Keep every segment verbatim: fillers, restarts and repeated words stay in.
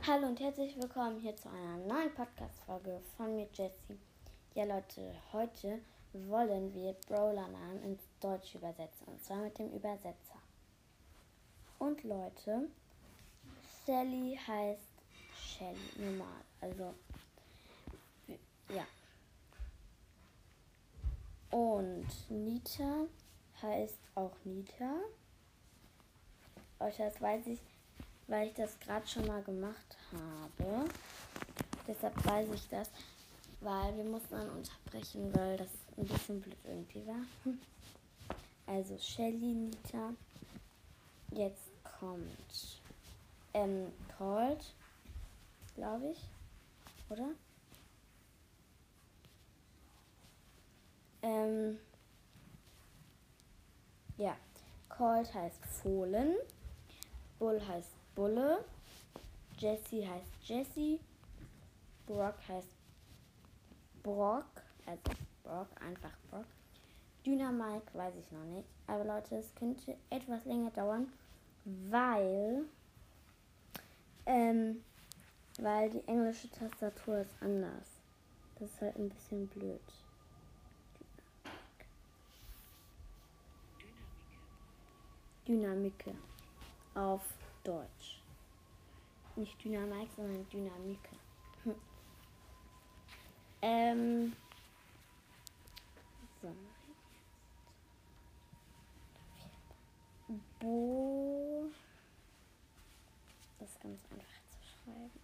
Hallo und herzlich willkommen hier zu einer neuen Podcast-Folge von mir, Jessie. Ja Leute, heute wollen wir Brawler-Namen ins Deutsche übersetzen, und zwar mit dem Übersetzer. Und Leute, Shelly heißt Shelly, normal, also ja. Und Nita heißt auch Nita. Euch das weiß ich, weil ich das gerade schon mal gemacht habe. Deshalb weiß ich das, weil wir mussten dann unterbrechen, weil das ein bisschen blöd irgendwie war. Also Shelly, Nita. Jetzt kommt ähm, Colt, glaube ich, oder? Ähm, ja, Colt heißt Fohlen, Bull heißt Bulle, Jessie heißt Jessie, Brock heißt Brock, also Brock, einfach Brock. Dynamite weiß ich noch nicht, aber Leute, es könnte etwas länger dauern, weil, ähm, weil die englische Tastatur ist anders. Das ist halt ein bisschen blöd. Dynamike auf Deutsch. Nicht Dynamik, sondern Dynamike. Hm. Ähm. So. Bo. Das ist ganz einfach zu schreiben.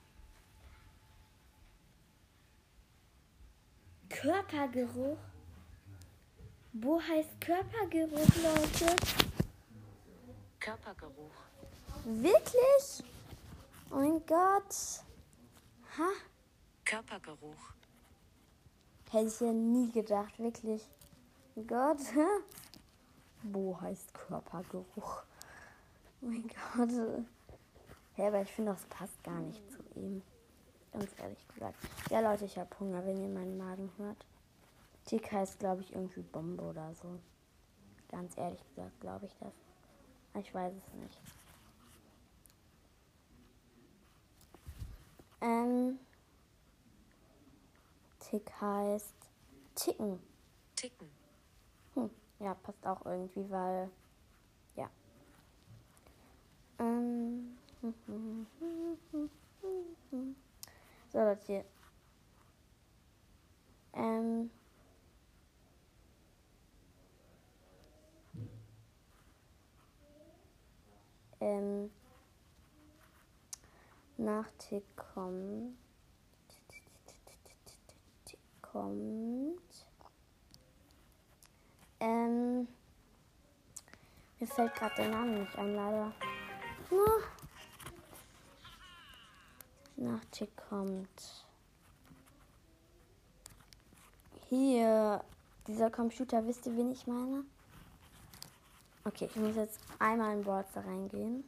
Körpergeruch. Bo heißt Körpergeruch, Leute. Körpergeruch. Wirklich? Oh mein Gott. Ha? Körpergeruch. Hätte ich ja nie gedacht, wirklich. Oh Gott. Bo heißt Körpergeruch. Oh mein Gott. Ja, aber ich finde, das passt gar nicht zu ihm. Ganz ehrlich gesagt. Ja, Leute, ich habe Hunger, wenn ihr meinen Magen hört. Tick heißt, glaube ich, irgendwie Bombe oder so. Ganz ehrlich gesagt, glaube ich das. Ich weiß es nicht. Ähm, Tick heißt Ticken. Ticken. Hm, ja, passt auch irgendwie, weil, ja. Ähm, so, Leute. Ähm, ähm, nach Tick kommt, kommt, ähm, mir fällt gerade der Name nicht ein, leider. Nach Tick kommt hier dieser Computer, wisst ihr, wen ich meine? Okay, ich muss jetzt einmal in Browser reingehen.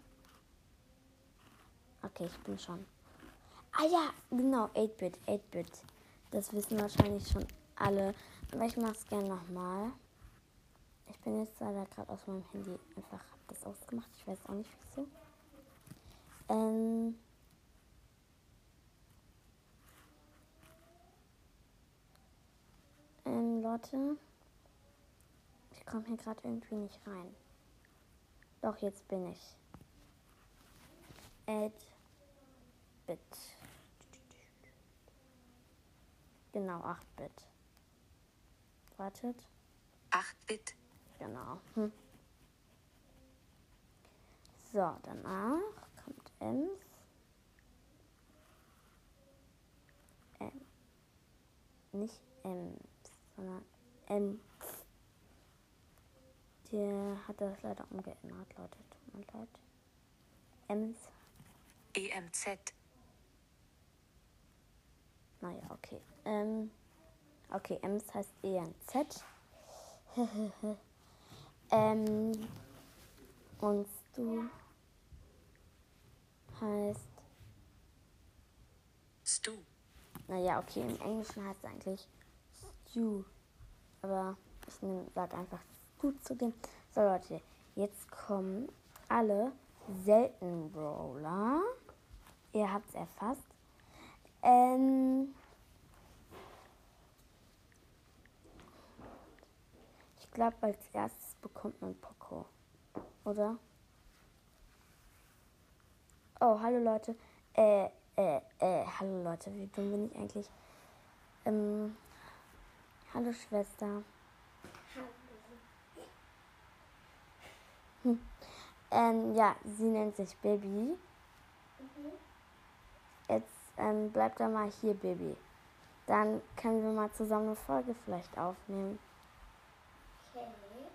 Okay, ich bin schon. Ah ja, genau, acht-Bit, acht-Bit. Das wissen wahrscheinlich schon alle. Aber ich mache es gerne nochmal. Ich bin jetzt leider gerade aus meinem Handy einfach, hab das ausgemacht. Ich weiß auch nicht wieso. Ähm. Ähm, Leute. Ich komme hier gerade irgendwie nicht rein. Doch, jetzt bin ich. acht-Bit. Genau, acht-Bit. Wartet. acht-Bit. Genau. Hm. So, danach kommt Ems. Ähm. Nicht Ems, sondern Ems. Der hat das leider umgeändert, Leute. Tut mir leid. Ems. E M Z. Naja, okay. Ähm, okay, Ems heißt E N Z. ähm, und Stu heißt... Stu. Naja, okay, im Englischen heißt es eigentlich Stu. Aber ich nehm, sag einfach Stu zu dem. So, Leute, jetzt kommen alle seltenen Brawler. ihr habt es erfasst. Ähm, ich glaube, als erstes bekommt man Poco, oder? Oh, hallo Leute. Äh, äh, äh, hallo Leute, wie dumm bin ich eigentlich? Ähm, hallo Schwester. Hm. Ähm, ja, sie nennt sich Baby. Mhm. Jetzt ähm, bleibt da mal hier, Baby. Dann können wir mal zusammen eine Folge vielleicht aufnehmen. Okay.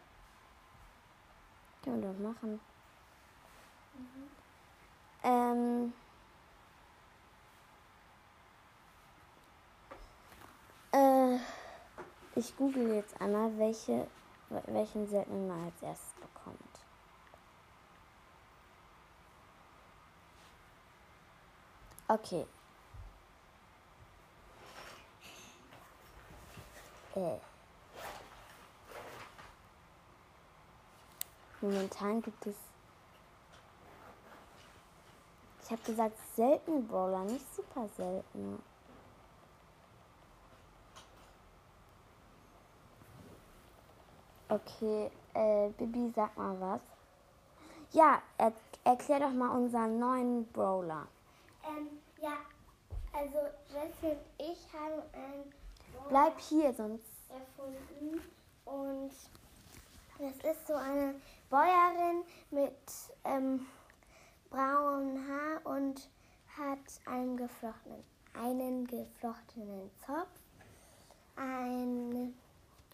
Können wir doch machen. Mhm. Ähm, äh, ich google jetzt einmal, welche, welchen seltenen man als erstes bekommt. Okay. Äh. Momentan gibt es, ich habe gesagt, seltene Brawler, nicht super seltene. Okay, äh, Bibi, sag mal was. Ja, er, erklär doch mal unseren neuen Brawler. Ähm, ja, also Jessie und ich haben einen Brawler Bleib hier, sonst erfunden und das ist so eine Bäuerin mit ähm, braunem Haar und hat einen geflochtenen, einen geflochtenen Zopf, ein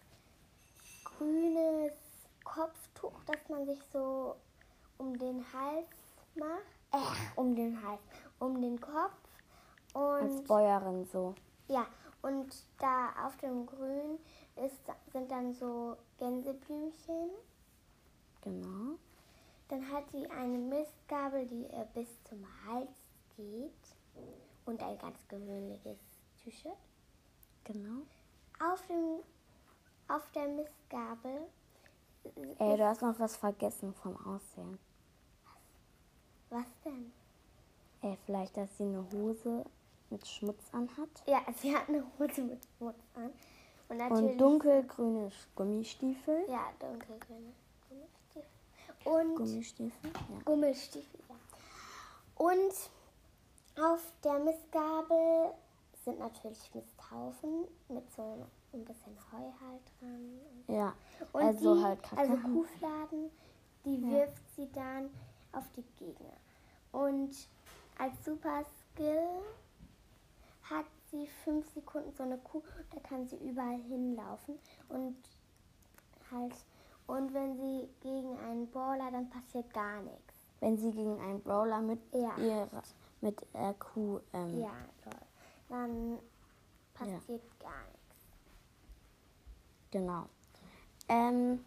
grünes Kopftuch, das man sich so um den Hals macht, äh, um den Hals, um den Kopf und als Bäuerin so. ja, und da auf dem Grün ist, sind dann so Gänseblümchen. Genau. Dann hat sie eine Mistgabel, die ihr bis zum Hals geht und ein ganz gewöhnliches T-Shirt. Genau. Auf, dem, auf der Mistgabel Ey, du hast noch was vergessen vom Aussehen. Was denn? Ey, vielleicht, dass sie eine Hose mit Schmutz anhat. Ja, sie hat eine Hose mit Schmutz an. Und, natürlich, Und dunkelgrüne Gummistiefel. Ja, dunkelgrüne Gummistiefel. Und Gummistiefel, ja. Gummistiefel, ja. Und auf der Mistgabel sind natürlich Misthaufen mit so ein bisschen Heu halt dran. Ja, Und also die, halt Kacke. Also Kuhfladen, die Ja. wirft sie dann auf die Gegner. Und als Super Skill hat sie fünf Sekunden so eine Kuh, da kann sie überall hinlaufen und halt, und wenn sie gegen einen Brawler, dann passiert gar nichts. Wenn sie gegen einen Brawler mit Ja. ihrer mit der Kuh ähm, Ja, toll. Dann passiert Ja. gar nichts. Genau. Ähm,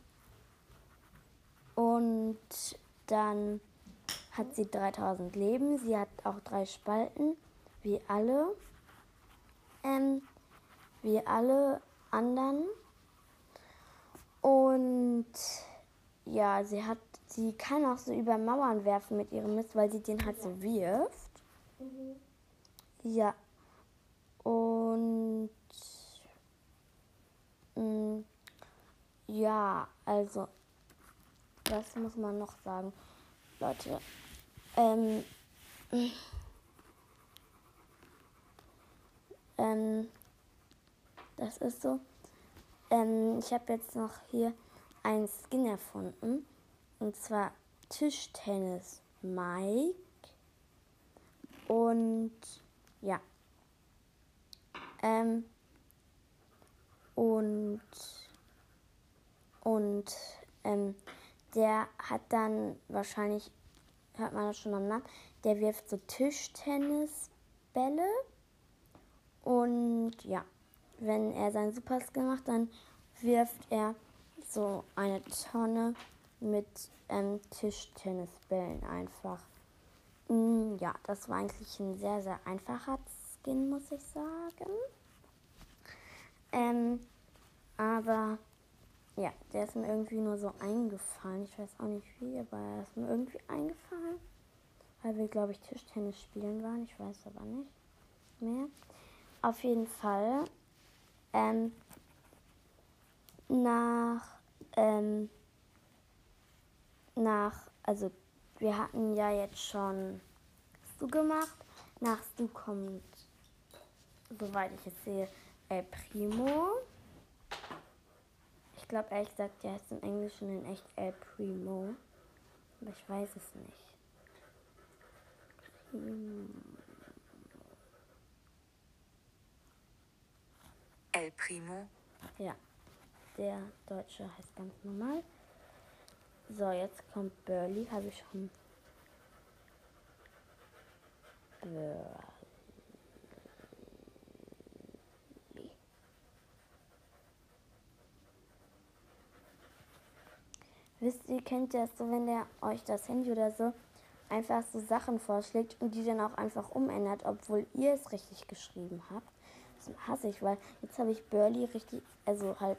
und dann hat sie dreitausend Leben. Sie hat auch drei Spalten, wie alle, ähm, wie alle anderen. Und ja, sie hat, sie kann auch so über Mauern werfen mit ihrem Mist, weil sie den halt so wirft. Mhm. Ja. Und mh, ja, also das muss man noch sagen, Leute. Ähm, ähm, das ist so. Ähm, ich habe jetzt noch hier einen Skin erfunden. Und zwar Tischtennis Mike. Und ja. Ähm, und und ähm, der hat dann wahrscheinlich, hört man das schon am Namen, der wirft so Tischtennisbälle. Und ja, wenn er seinen Superskill macht, dann wirft er so eine Tonne mit ähm, Tischtennisbällen einfach. Mm, ja, das war eigentlich ein sehr, sehr einfacher Skin, muss ich sagen. Ähm, aber ja, der ist mir irgendwie nur so eingefallen. Ich weiß auch nicht wie, aber er ist mir irgendwie eingefallen. weil wir, glaube ich, Tischtennis spielen waren. Ich weiß aber nicht mehr. Auf jeden Fall ähm, nach, ähm, nach, also wir hatten ja jetzt schon Stu gemacht. Nach Stu kommt, soweit ich es sehe, El Primo. Ich glaube, ehrlich gesagt, der heißt im Englischen in echt El Primo. Aber ich weiß es nicht. El Primo. Ja, der Deutsche heißt ganz normal. So, jetzt kommt Burly, habe ich schon. Burly. Wisst ihr, kennt ihr das so, wenn der euch das Handy oder so einfach so Sachen vorschlägt und die dann auch einfach umändert, obwohl ihr es richtig geschrieben habt? Das hasse ich, weil jetzt habe ich Burly richtig, also halt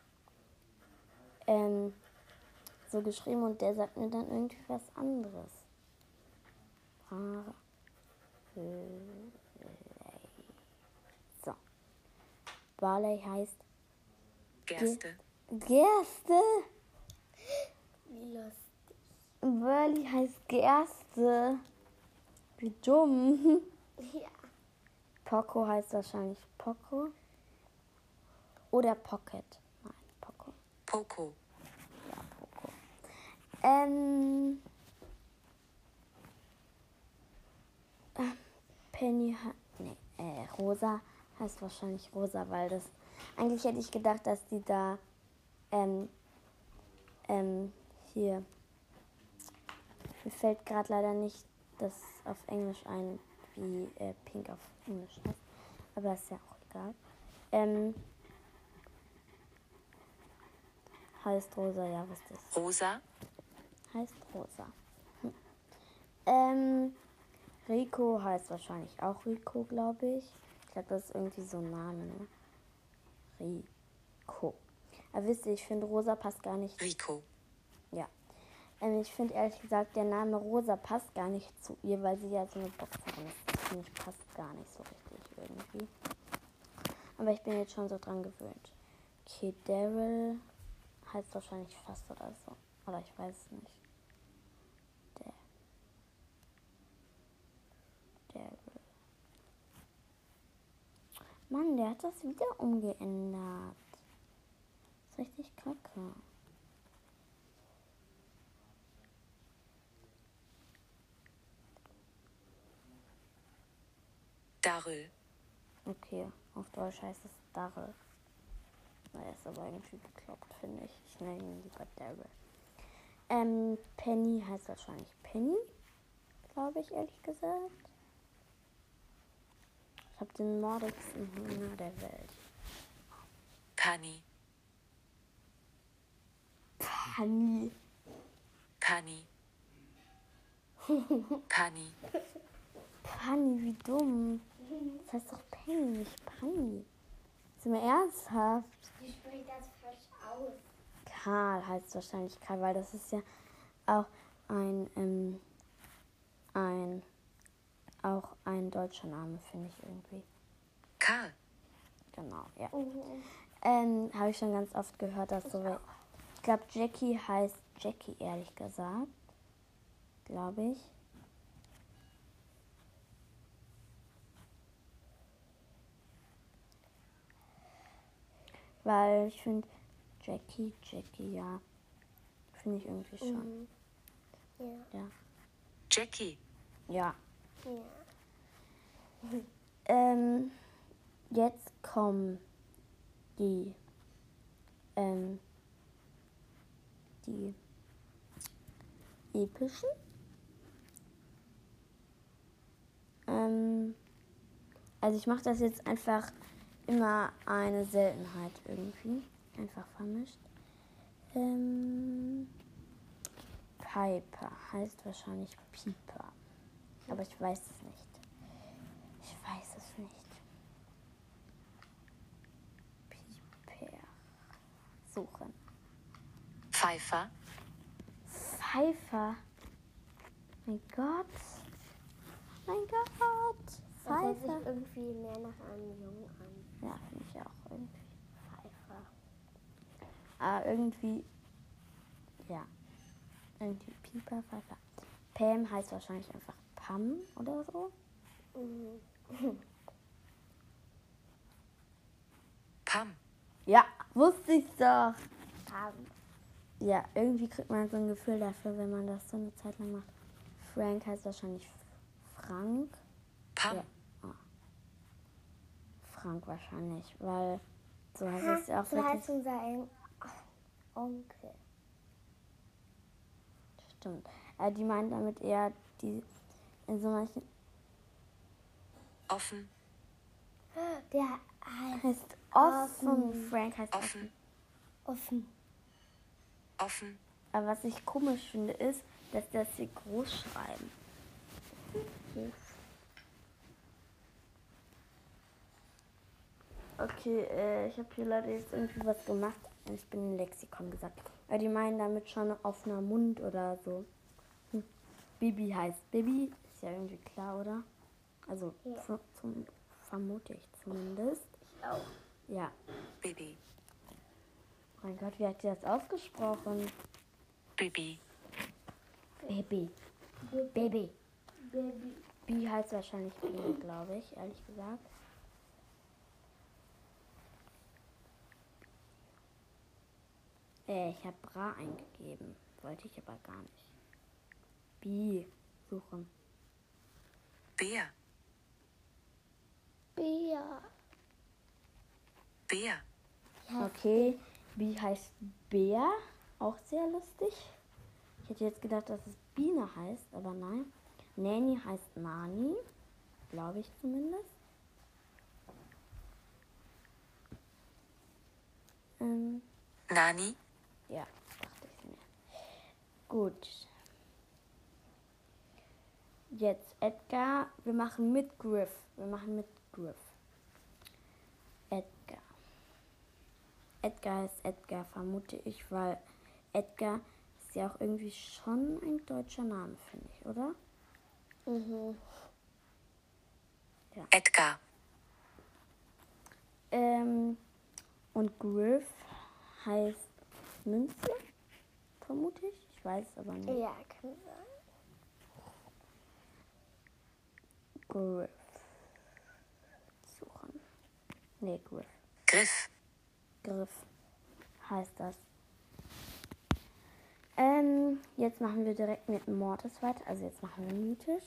ähm, so geschrieben und der sagt mir dann irgendwie was anderes. So. Barley heißt Gerste. Gerste. Wie lustig. Burly heißt Gerste. Wie dumm. Ja. Poco heißt wahrscheinlich Poco. Oder Pocket. Nein, Poco. Poco. Ja, Poco. Ähm. äh, Penny hat. Nee, äh, Rosa heißt wahrscheinlich Rosa, weil das. Eigentlich hätte ich gedacht, dass die da. Ähm. Ähm. Hier. Mir fällt gerade leider nicht das auf Englisch ein, wie äh, Pink auf Englisch heißt. Aber ist ja auch egal. Ähm, heißt Rosa, ja, was ist das? Rosa. Heißt Rosa. Hm. Ähm, Rico heißt wahrscheinlich auch Rico, glaube ich. Ich glaube, das ist irgendwie so ein Name, ne? Rico. Aber wisst ihr, ich finde, Rosa passt gar nicht. Rico. Ja. Ähm, ich finde ehrlich gesagt, der Name Rosa passt gar nicht zu ihr, weil sie ja so eine Boxerin ist. Das finde ich passt gar nicht so richtig irgendwie. Aber ich bin jetzt schon so dran gewöhnt. Okay, Daryl heißt wahrscheinlich fast oder so. Oder ich weiß es nicht. Der. Daryl. Mann, der hat das wieder umgeändert. Das ist richtig kacke. Daryl. Okay, auf Deutsch heißt es Daryl. Naja, ist aber irgendwie bekloppt, finde ich. Ich nenne ihn lieber Daryl. Ähm, Penny heißt wahrscheinlich Penny, glaube ich, ehrlich gesagt. Ich habe den mordigsten Hunger der Welt. Pani. Penny. Pani. Pani. Penny, wie dumm. Das heißt doch Penny, nicht Penny. Sind wir ernsthaft? Wie spricht das falsch aus? Karl heißt wahrscheinlich Karl, weil das ist ja auch ein, ähm, ein, auch ein deutscher Name, finde ich irgendwie. Karl. Genau, ja. Mhm. Ähm, habe ich schon ganz oft gehört, dass so, ich glaube, Jackie heißt Jackie, ehrlich gesagt. Glaube ich. Weil ich finde, Jackie, Jackie, ja. Finde ich irgendwie schon. Mhm. Ja. Ja. Jackie. Ja. Ja. Ähm, jetzt kommen die, ähm, die epischen. Ähm, also ich mache das jetzt einfach immer eine Seltenheit irgendwie. Einfach vermischt. Ähm, Piper heißt wahrscheinlich Pieper. Aber ich weiß es nicht. Ich weiß es nicht. Pieper. Suchen. Pfeiffer. Pfeiffer. Mein Gott. Mein Gott. Das hört sich Pfeife. irgendwie mehr nach einem Jungen an. Ja, finde ich auch irgendwie. Pfeifer. Aber irgendwie, ja. Irgendwie Pieper, Pfeifer. Pam heißt wahrscheinlich einfach Pam oder so. Mhm. Pam. Ja, wusste ich doch. Haben. Ja, irgendwie kriegt man so ein Gefühl dafür, wenn man das so eine Zeit lang macht. Frank heißt wahrscheinlich Frank. Pam. Ja. Oh. Frank wahrscheinlich, weil so heißt es ja auch So wirklich. heißt unser En- Onkel. Stimmt. Äh, die meinen damit eher die in so manchen Offen. Der heißt heißt offen. Offen. Frank heißt offen. Offen. offen. Offen. Aber was ich komisch finde, ist, dass das hier groß schreiben. Okay, äh, ich habe hier leider jetzt irgendwie was gemacht. Ich bin im Lexikon gesagt. Aber die meinen damit schon offener Mund oder so. Hm. Bibi heißt Bibi. Ist ja irgendwie klar, oder? Also, Ja. zum, zum, vermute ich zumindest. Ich auch. Ja. Baby. Mein Gott, wie hat die das ausgesprochen? Baby. Baby. Baby. Baby. Bi heißt wahrscheinlich Bibi, glaube ich, ehrlich gesagt. Äh, ich habe Bra eingegeben. Wollte ich aber gar nicht. Bi suchen. Bär. Bea. Bär. Okay, Bi heißt Bär. Auch sehr lustig. Ich hätte jetzt gedacht, dass es Biene heißt, aber nein. Nanny heißt Nani. Glaube ich zumindest. Ähm, Nani. ja, dachte ich mir. Gut. Jetzt Edgar. Wir machen mit Griff. Wir machen mit Griff. Edgar. Edgar heißt Edgar, vermute ich, weil Edgar ist ja auch irgendwie schon ein deutscher Name, finde ich, oder? Mhm. Edgar. Ähm, und Griff heißt Münze, vermute ich. Ich weiß es aber nicht. Ja, kann sein. Griff. Suchen. Nee, Griff. Griff. Griff heißt das. Ähm, jetzt machen wir direkt mit Mortis weiter. Also jetzt machen wir mythisch.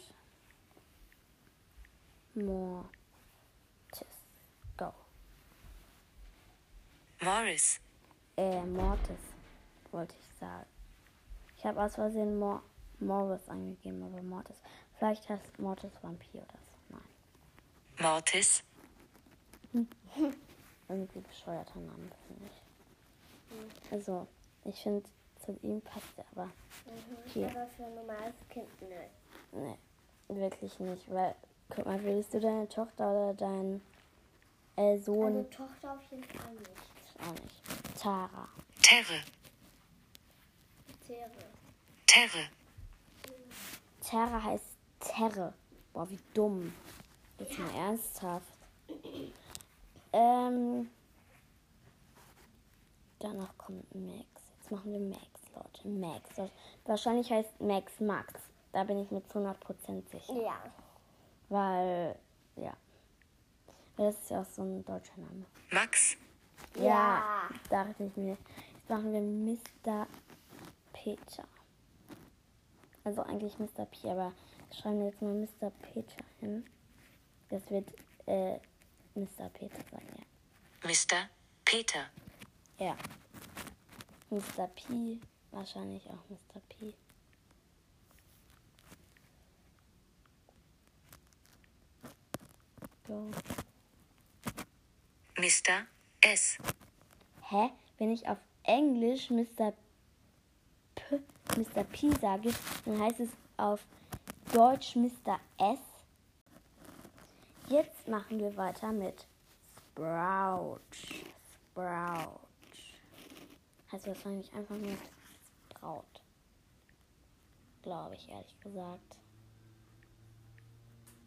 Mortis. Go. Morris. Äh, Mortis, wollte ich sagen. Ich habe aus Versehen Mor Morris angegeben, aber Mortis. Vielleicht heißt Mortis Vampir oder so. Nein. Mortis. Irgendwie bescheuerter Name, finde ich. Also, ich finde, zu ihm passt er aber. Mhm. Hier. Aber für ein normales Kind nicht. Nee, wirklich nicht. Weil, guck mal, willst du deine Tochter oder deinen äh, Sohn? Also Tochter auf jeden Fall nicht. Auch nicht. Tara. Terre. Tere. Terre. Terra heißt Terre. Boah, wie dumm. Jetzt mal ernsthaft. Ähm. Danach kommt Max. Jetzt machen wir Max, Leute. Max. Wahrscheinlich heißt Max Max. Da bin ich mit hundert Prozent sicher. Ja. Weil, ja. Das ist ja auch so ein deutscher Name. Max. Ja, dachte ich mir. Jetzt machen wir Mister Peter. Also eigentlich Mister P, aber schreiben wir jetzt mal Mister Peter hin. Das wird äh, Mister Peter sein, ja. Mister Peter. Ja. Mister P, wahrscheinlich auch Mister P. Go. Mister S. Hä? Wenn ich auf Englisch Mister P, Mister P sage, dann heißt es auf Deutsch Mister S. Jetzt machen wir weiter mit Sprout. Sprout. Heißt wahrscheinlich einfach nur Sprout. Glaube ich, ehrlich gesagt.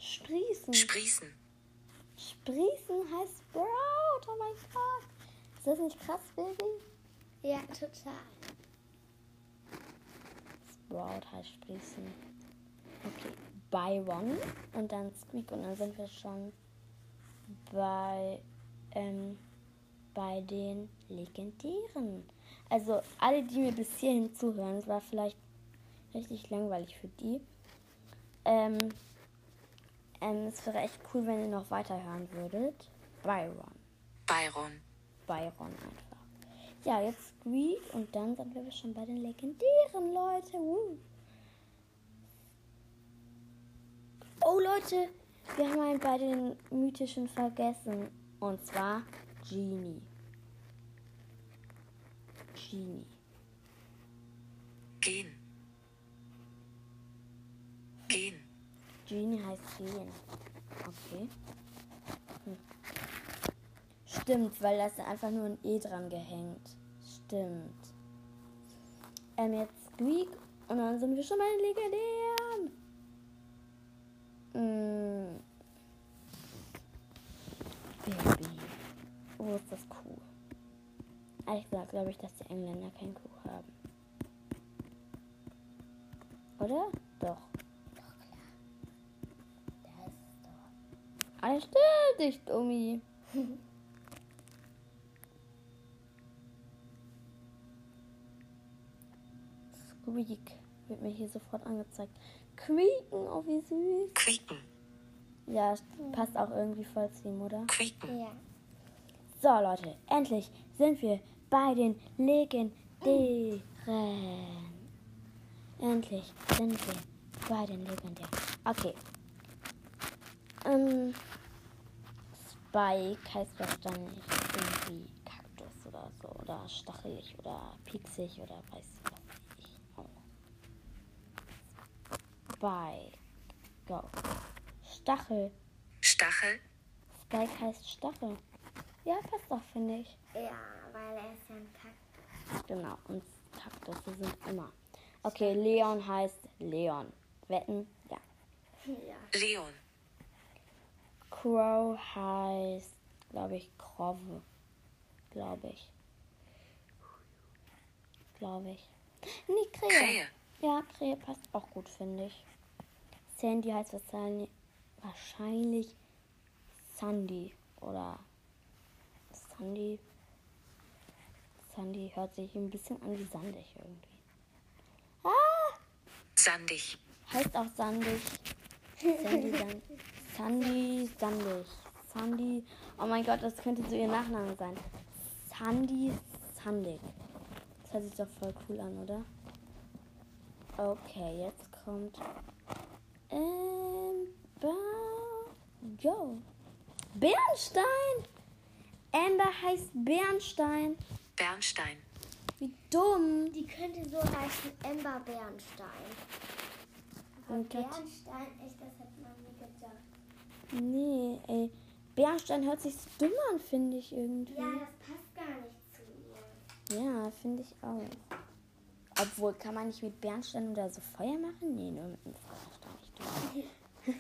Sprießen. Sprießen. Sprießen heißt Sprout. Oh mein Gott. Ist das nicht krass, Baby? Ja, total. Sprout heißt Sprießen. Okay. Byron und dann Squeak und dann sind wir schon bei, ähm, bei den Legendären. Also alle, die mir bis hierhin zuhören, es war vielleicht richtig langweilig für die. Ähm, ähm, es wäre echt cool, wenn ihr noch weiterhören würdet. Byron. Byron. Byron einfach. Ja, jetzt Squeak und dann sind wir schon bei den Legendären, Leute. Uh. Oh, Leute, wir haben einen bei den Mythischen vergessen. Und zwar Genie. Genie. Gehen. Gehen. Genie heißt gehen. Okay. Hm. Stimmt, weil da ist einfach nur ein E dran gehängt. Stimmt. Ähm, jetzt Squeak und dann sind wir schon bei den Legendären. Hm. Baby. Oh, ist das cool. Ehrlich gesagt glaube ich, dass die Engländer keinen Kuh haben. Oder? Doch. Doch, klar. Da ist es doch. Alles stimmt nicht, Dummi. Squeak wird mir hier sofort angezeigt. Quieken, oh wie süß. Quieken. Ja, passt auch irgendwie voll zu ihm, oder? Quieken. Ja. So, Leute, endlich sind wir bei den Legendären. Endlich sind wir bei den Legendären. Okay. Ähm, Spike heißt wahrscheinlich irgendwie Kaktus oder so. Oder stachelig oder pieksig oder weiß was ich auch. Spike. Go. Stachel. Stachel. Spike heißt Stachel. Ja, passt doch, finde ich. Ja, weil er ist ja ein Kaktus. Genau, und Kaktusse sind immer. Okay, Leon heißt Leon. Wetten? Ja. Ja. Leon. Crow heißt, glaube ich, Krove. Glaube ich. Glaube ich. Nee, Krähe. Krähe. Ja, Krähe passt auch gut, finde ich. Sandy heißt wahrscheinlich, wahrscheinlich Sandy. Oder Sandy. Sandy hört sich ein bisschen an wie sandig irgendwie. Ah! Sandig. Heißt auch sandig. Sandy, San Sandy, sandig. Sandy. Oh mein Gott, das könnte so ihr Nachname sein. Sandy, sandig. Das hört sich doch voll cool an, oder? Okay, jetzt kommt Amber. Go. Bernstein. Amber heißt Bernstein. Bernstein. Wie dumm. Die könnte so heißen Amber Bernstein. Aber Oh Gott. Bernstein, echt, das hätte man nie gedacht. Nee, ey. Bernstein hört sich so dumm an, finde ich irgendwie. Ja, das passt gar nicht zu ihr. Ja, finde ich auch. Obwohl, kann man nicht mit Bernstein oder so Feuer machen? Nee, nur mit dem Feuerstein. Ich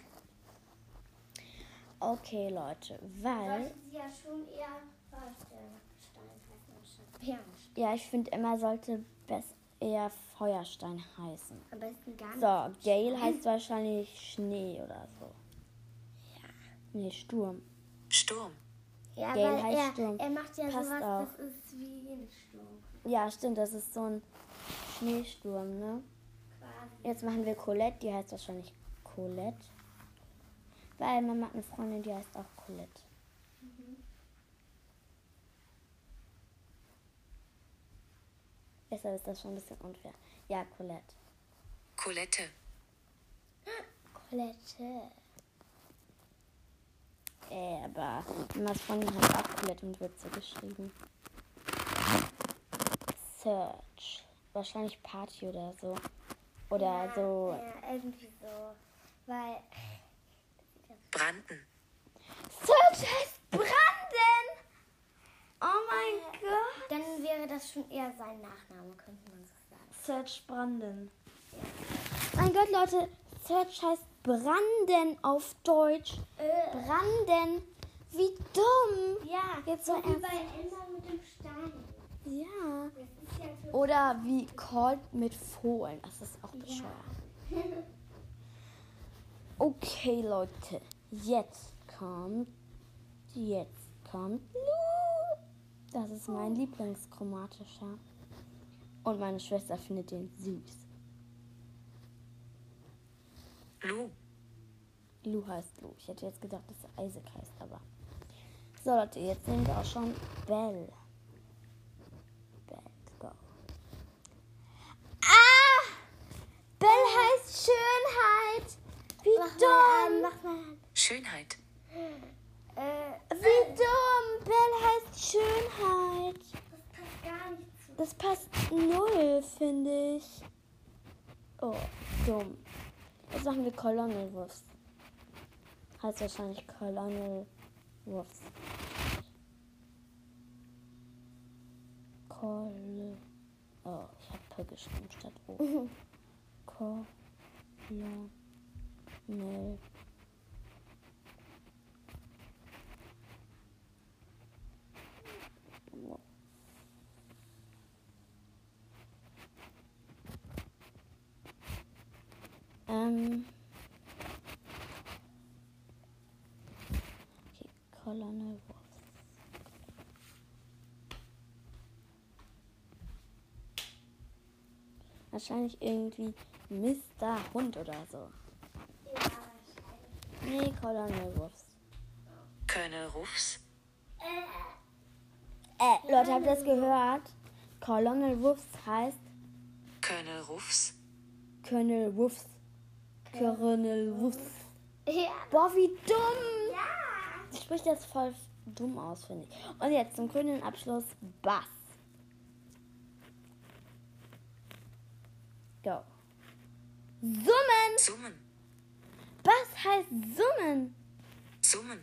okay, Leute, weil... Sollte sie ja schon eher Feuerstein heißen anstatt Bernstein. Ja, ich finde, Emma sollte best eher Feuerstein heißen. Am besten gar nicht. So, Gale heißt wahrscheinlich Schnee oder so. Ja. Nee, Sturm. Sturm. Ja, Gale weil heißt er, Sturm. er macht ja Passt sowas, auch. das ist wie ein Sturm. Ja, stimmt, das ist so ein Schneesturm, ne? Quasi. Jetzt machen wir Colette, die heißt wahrscheinlich Colette. Weil Mama hat eine Freundin, die heißt auch Colette. Mhm. Deshalb ist das schon ein bisschen unfair. Ja, Colette. Colette. Colette. Äh, aber Mamas Freundin hat auch Colette und wird so geschrieben. Search. Wahrscheinlich Party oder so. Oder ja, so. Ja, irgendwie so. Weil. Branden. Search heißt Branden! Oh mein Gott! Dann wäre das schon eher sein Nachname, könnte man so sagen. Search Branden. Mein Gott, Leute. Search heißt Branden auf Deutsch. Äh. Branden. Wie dumm. Ja, Jetzt so mal wie ernst. bei Emma mit dem Stein. Ja. Das ist ja so. Oder wie called mit Fohlen. Das ist auch bescheuert. Okay, Leute. Jetzt kommt. Jetzt kommt Lu. Das ist mein Lieblingschromatischer. Und meine Schwester findet den süß. Lu. Lu heißt Lu. Ich hätte jetzt gedacht, dass er Isaac heißt, aber. So, Leute, jetzt sehen wir auch schon Belle. Belle, go. Ah! Belle heißt Schönheit. Wie Mach mal an, dumm. mach mal an. Schönheit. Äh, Wie dumm. Belle heißt Schönheit. das passt gar nicht zu. Das passt null, finde ich. Oh, dumm. Jetzt machen wir Colonel Wuffs. Heißt wahrscheinlich Colonel Wuffs. Col. Oh, ich habe P geschrieben statt O. Colonel. Ähm. Okay, Colonel Wuffs. Wahrscheinlich irgendwie Mister Hund oder so. Ja, wahrscheinlich. Nee, Colonel Wuffs. Colonel Ruffs. Äh, Leute, habt ihr das gehört? Colonel Wuffs heißt Colonel Ruffs. Colonel Wuffs. Colonel Wuffs. Ja. Boah, wie dumm! Ja. Ich spreche das voll dumm aus, finde ich. Und jetzt zum grünen Abschluss Bass. Go. Summen! Summen. Bass heißt Summen. Summen.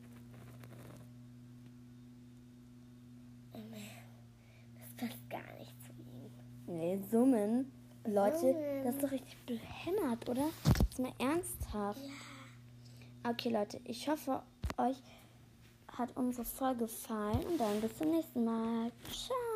Das passt gar nicht zu ihm. Nee, Summen. Leute, Summen. das ist doch richtig behämmert, oder? Das ist mal ernsthaft. Ja. Okay, Leute, ich hoffe, euch hat unsere Folge gefallen. Und dann bis zum nächsten Mal. Ciao.